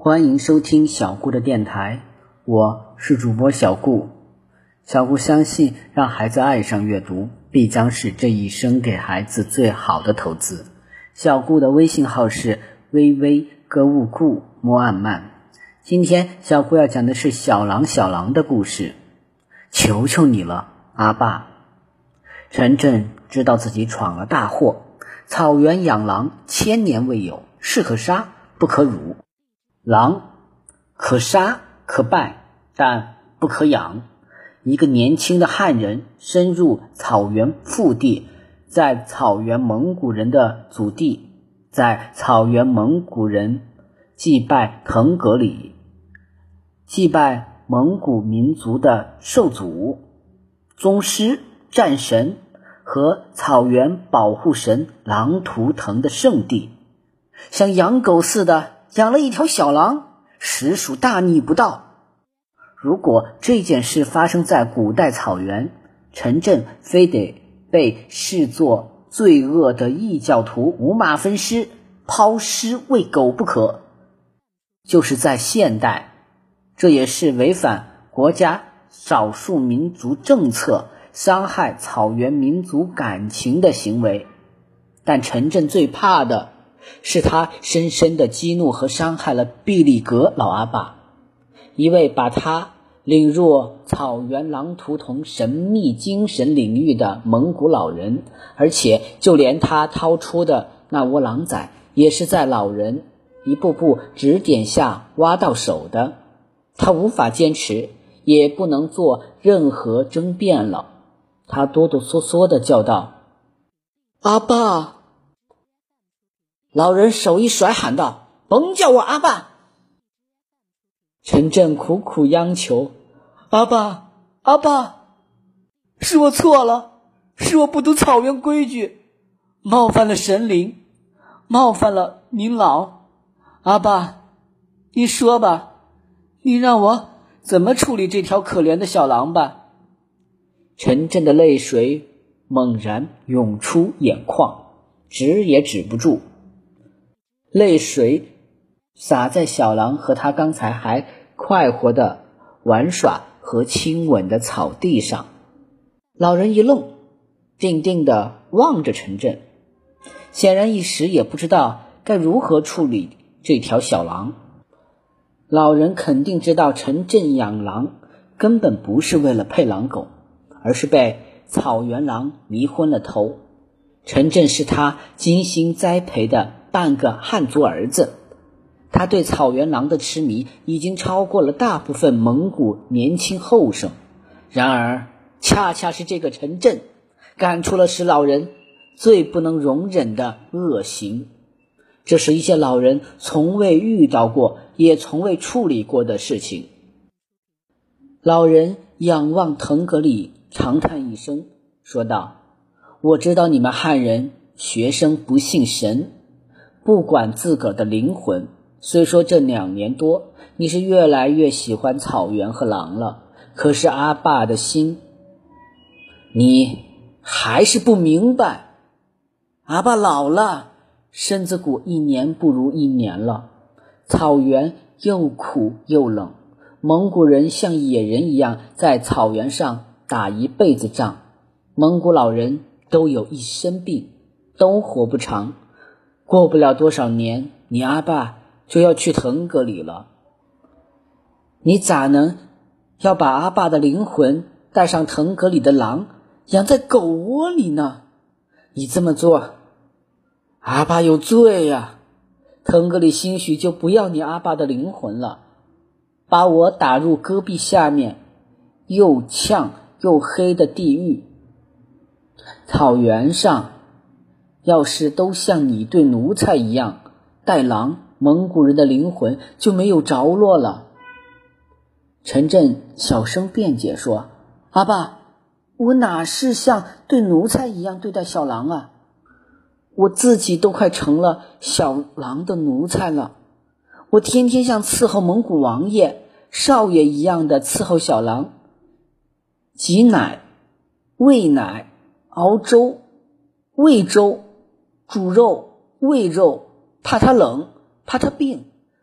欢迎收听小顾的电台，我是主播小顾。小顾相信，让孩子爱上阅读，必将是这一生给孩子最好的投资。小顾的微信号是微微歌舞顾莫暗慢。今天小顾要讲的是小狼的故事。求求你了，阿爸。陈震知道自己闯了大祸，草原养狼千年未有，是可杀不可辱。狼可杀可败，但不可养。一个年轻的汉人深入草原腹地，在草原蒙古人的祖地，在草原蒙古人祭拜腾格里，祭拜蒙古民族的兽祖、宗师、战神和草原保护神狼图腾的圣地，像养狗似的养了一条小狼，实属大逆不道。如果这件事发生在古代草原，陈震非得被视作罪恶的异教徒，五马分尸，抛尸喂狗不可。就是在现代，这也是违反国家少数民族政策，伤害草原民族感情的行为。但陈震最怕的是他深深地激怒和伤害了毕力格老阿爸，一位把他领入草原狼图腾神秘精神领域的蒙古老人，而且就连他掏出的那窝狼崽也是在老人一步步指点下挖到手的。他无法坚持，也不能做任何争辩了。他哆哆嗦嗦地叫道：阿爸！老人手一甩喊道：甭叫我阿爸！陈震苦苦央求：阿爸，阿爸，是我错了，是我不读草原规矩，冒犯了神灵，冒犯了您老。阿爸，你说吧，你让我怎么处理这条可怜的小狼吧。陈震的泪水猛然涌出眼眶，止也止不住。泪水洒在小狼和他刚才还快活的玩耍和亲吻的草地上。老人一愣，定定地望着陈震，显然一时也不知道该如何处理这条小狼。老人肯定知道陈震养狼根本不是为了配狼狗，而是被草原狼迷昏了头。陈震是他精心栽培的半个汉族儿子，他对草原狼的痴迷已经超过了大部分蒙古年轻后生。然而恰恰是这个陈震干出了使老人最不能容忍的恶行，这是一些老人从未遇到过也从未处理过的事情。老人仰望腾格里，长叹一声，说道：我知道你们汉人学生不信神，不管自个儿的灵魂。虽说这2年多你是越来越喜欢草原和狼了，可是阿爸的心你还是不明白。阿爸老了，身子骨1年不如1年了，草原又苦又冷，蒙古人像野人一样在草原上打一辈子仗，蒙古老人都有一身病，都活不长，过不了多少年，你阿爸就要去腾格里了。你咋能要把阿爸的灵魂带上腾格里的狼养在狗窝里呢？你这么做，阿爸有罪呀！腾格里兴许就不要你阿爸的灵魂了，把我打入戈壁下面又呛又黑的地狱。草原上要是都像你对奴才一样带狼，蒙古人的灵魂就没有着落了。陈震小声辩解说：阿爸，我哪是像对奴才一样对待小狼啊，我自己都快成了小狼的奴才了，我天天像伺候蒙古王爷少爷一样的伺候小狼，挤奶、喂奶、熬粥、喂粥、煮肉、喂肉，怕他冷，怕他病，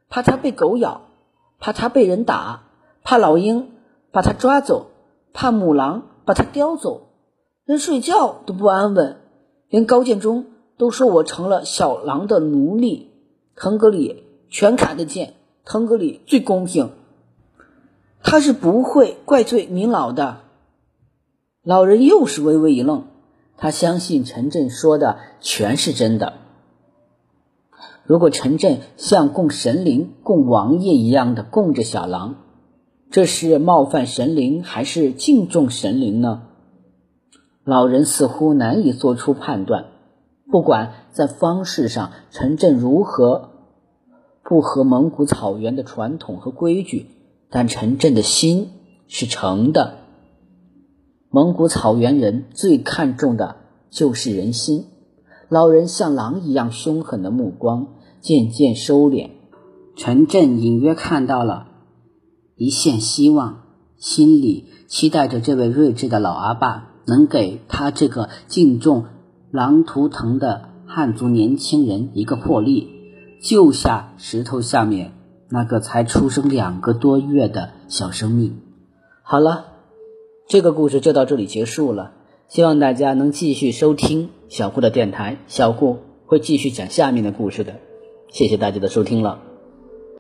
怕他被狗咬，怕他被人打，怕老鹰把他抓走，怕母狼把他叼走，连睡觉都不安稳，连高建中都说我成了小狼的奴隶。腾格里全看得见，腾格里最公平，他是不会怪罪您老的。老人又是微微一愣，他相信陈震说的全是真的。如果陈震像供神灵、供王爷一样的供着小狼，这是冒犯神灵还是敬重神灵呢？老人似乎难以做出判断。不管在方式上陈震如何不合蒙古草原的传统和规矩，但陈震的心是诚的。蒙古草原人最看重的就是人心。老人像狼一样凶狠的目光渐渐收敛，陈震隐约看到了一线希望，心里期待着这位睿智的老阿爸能给他这个敬重狼图腾的汉族年轻人一个破例，救下石头下面那个才出生2个多月的小生命。好了，这个故事就到这里结束了，希望大家能继续收听小顾的电台，小顾会继续讲下面的故事的。谢谢大家的收听了。